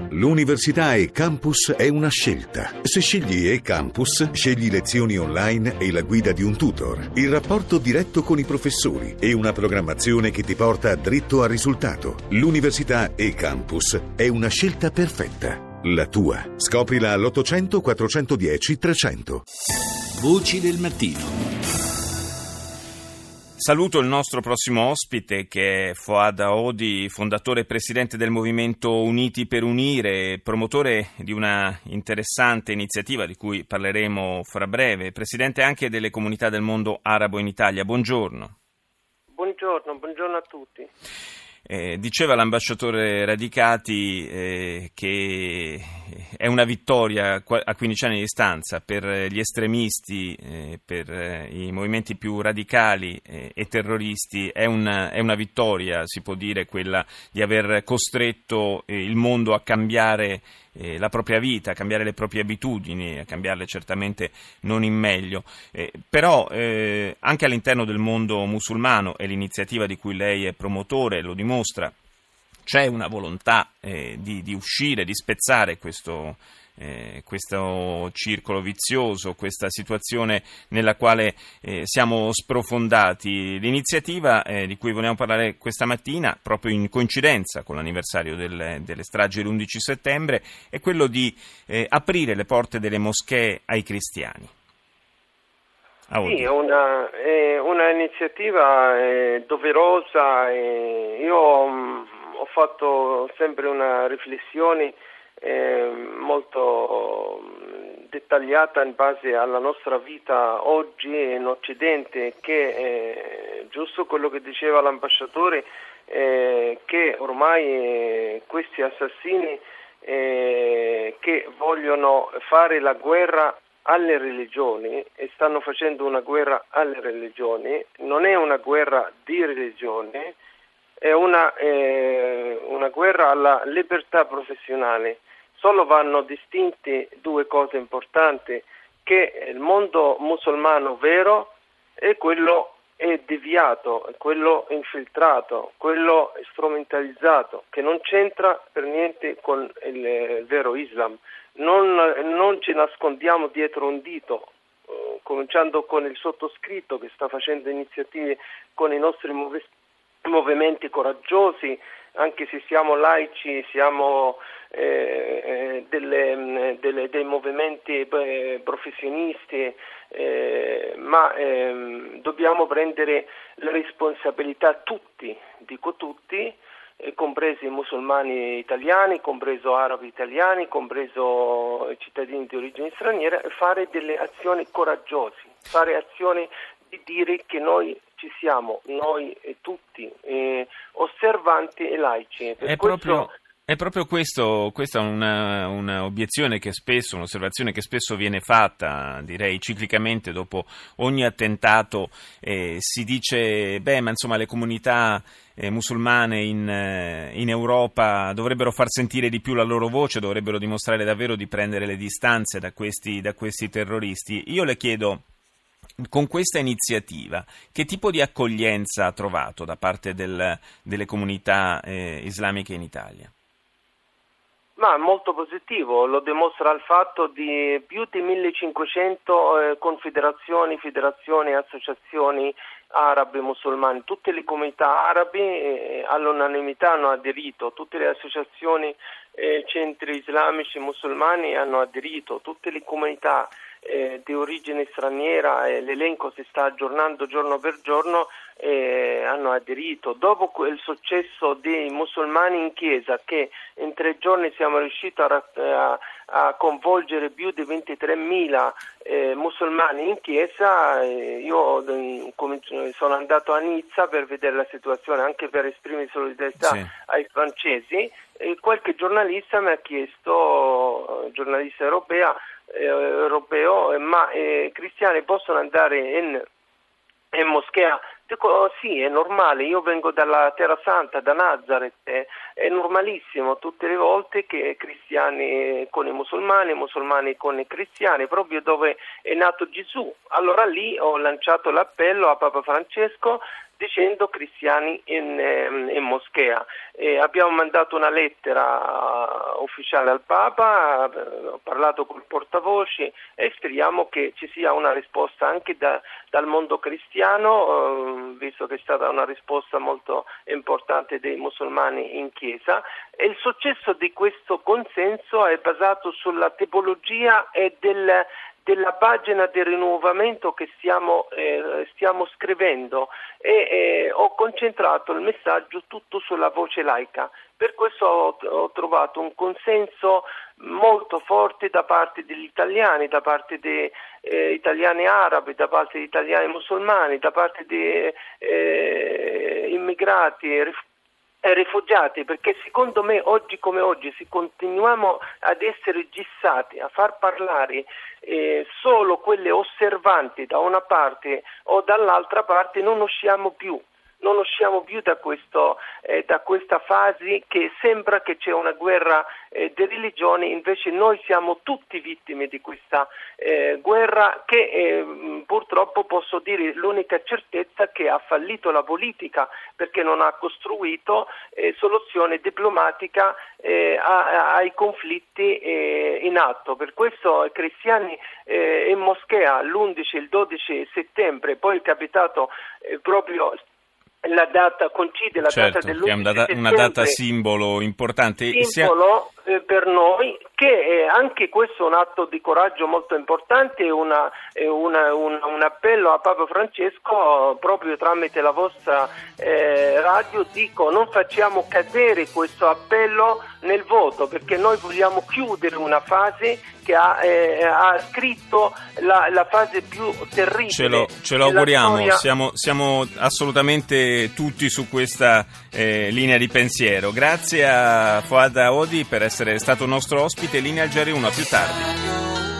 L'università e-Campus è una scelta. Se scegli e-Campus, scegli lezioni online e la guida di un tutor, il rapporto diretto con i professori e una programmazione che ti porta dritto al risultato. L'università e-Campus è una scelta perfetta. La tua. Scoprila all'800 410 300. Voci del mattino. Saluto il nostro prossimo ospite che è Fouad Aodi, fondatore e presidente del movimento Uniti per Unire, promotore di una interessante iniziativa di cui parleremo fra breve, presidente anche delle comunità del mondo arabo in Italia. Buongiorno. Buongiorno a tutti. Diceva l'ambasciatore Radicati che è una vittoria a 15 anni di distanza per gli estremisti, per i movimenti più radicali e terroristi. È una vittoria, si può dire, quella di aver costretto il mondo a cambiare la propria vita, a cambiare le proprie abitudini, a cambiarle certamente non in meglio. Però anche all'interno del mondo musulmano, e l'iniziativa di cui lei è promotore lo dimostra, c'è una volontà di uscire, di spezzare questo circolo vizioso, questa situazione nella quale siamo sprofondati. L'iniziativa di cui vogliamo parlare questa mattina, proprio in coincidenza con l'anniversario delle stragi dell'11 settembre, è quello di aprire le porte delle moschee ai cristiani. Sì, è una iniziativa doverosa. Io ho fatto sempre una riflessione molto dettagliata in base alla nostra vita oggi in Occidente, che è giusto quello che diceva l'ambasciatore, che ormai questi assassini che vogliono fare la guerra alle religioni e stanno facendo una guerra alle religioni, non è una guerra di religione, è una guerra alla libertà professionale. Solo vanno distinte due cose importanti, che il mondo musulmano vero è quello è deviato, quello infiltrato, quello strumentalizzato, che non c'entra per niente con il vero Islam. Non ci nascondiamo dietro un dito, cominciando con il sottoscritto che sta facendo iniziative con i nostri movimenti coraggiosi, anche se siamo laici, siamo dei movimenti professionisti, ma dobbiamo prendere la responsabilità tutti, dico tutti, compresi i musulmani italiani, compreso arabi italiani, compreso i cittadini di origine straniera, e fare delle azioni coraggiose, fare azioni di dire che noi ci siamo, noi e tutti, osservanti e laici. È proprio questo, questa è una obiezione che spesso, un'osservazione che spesso viene fatta, direi ciclicamente, dopo ogni attentato. Si dice, ma insomma le comunità musulmane in Europa dovrebbero far sentire di più la loro voce, dovrebbero dimostrare davvero di prendere le distanze da questi terroristi. Io le chiedo, con questa iniziativa, che tipo di accoglienza ha trovato da parte delle comunità islamiche in Italia? Ma molto positivo, lo dimostra il fatto di più di 1500 confederazioni, federazioni, associazioni arabe musulmane. Tutte le comunità arabe all'unanimità hanno aderito, tutte le associazioni centri islamici musulmani hanno aderito, tutte le comunità di origine straniera, l'elenco si sta aggiornando giorno per giorno, hanno aderito. Dopo il successo dei musulmani in chiesa, che in 3 giorni siamo riusciti a coinvolgere più di 23.000 musulmani in chiesa, io sono andato a Nizza per vedere la situazione, anche per esprimere solidarietà ai francesi, e qualche giornalista mi ha chiesto, giornalista europeo, ma cristiani possono andare in moschea? Dico sì, è normale, io vengo dalla Terra Santa, da Nazareth, è normalissimo tutte le volte che cristiani con i musulmani con i cristiani, proprio dove è nato Gesù. Allora lì ho lanciato l'appello a Papa Francesco dicendo cristiani in moschea. Abbiamo mandato una lettera ufficiale al Papa, ho parlato col portavoce e speriamo che ci sia una risposta anche dal mondo cristiano, visto che è stata una risposta molto importante dei musulmani in chiesa. E il successo di questo consenso è basato sulla tipologia e della pagina di rinnovamento che stiamo scrivendo e ho concentrato il messaggio tutto sulla voce laica. Per questo ho trovato un consenso molto forte da parte degli italiani, da parte di italiani arabi, da parte di italiani musulmani, da parte di immigrati e rifugiati, perché secondo me oggi come oggi se continuiamo ad essere gissati, a far parlare solo quelle osservanti da una parte o dall'altra parte, non usciamo più da questa fase che sembra che c'è una guerra di religioni. Invece noi siamo tutti vittime di questa guerra che purtroppo posso dire l'unica certezza che ha fallito la politica, perché non ha costruito soluzione diplomatica ai conflitti in atto. Per questo i cristiani in moschea l'11 e il 12 settembre, poi è capitato proprio la data coincide, data dell'11 è una data simbolo importante. Per noi, che anche questo è un atto di coraggio molto importante, un appello a Papa Francesco, proprio tramite la vostra radio, dico non facciamo cadere questo appello nel voto, perché noi vogliamo chiudere una fase che ha scritto la fase più terribile. Ce lo auguriamo, siamo assolutamente tutti su questa linea di pensiero. Grazie a Fouad Aoudi per essere stato nostro ospite. Linea al GR1, a più tardi.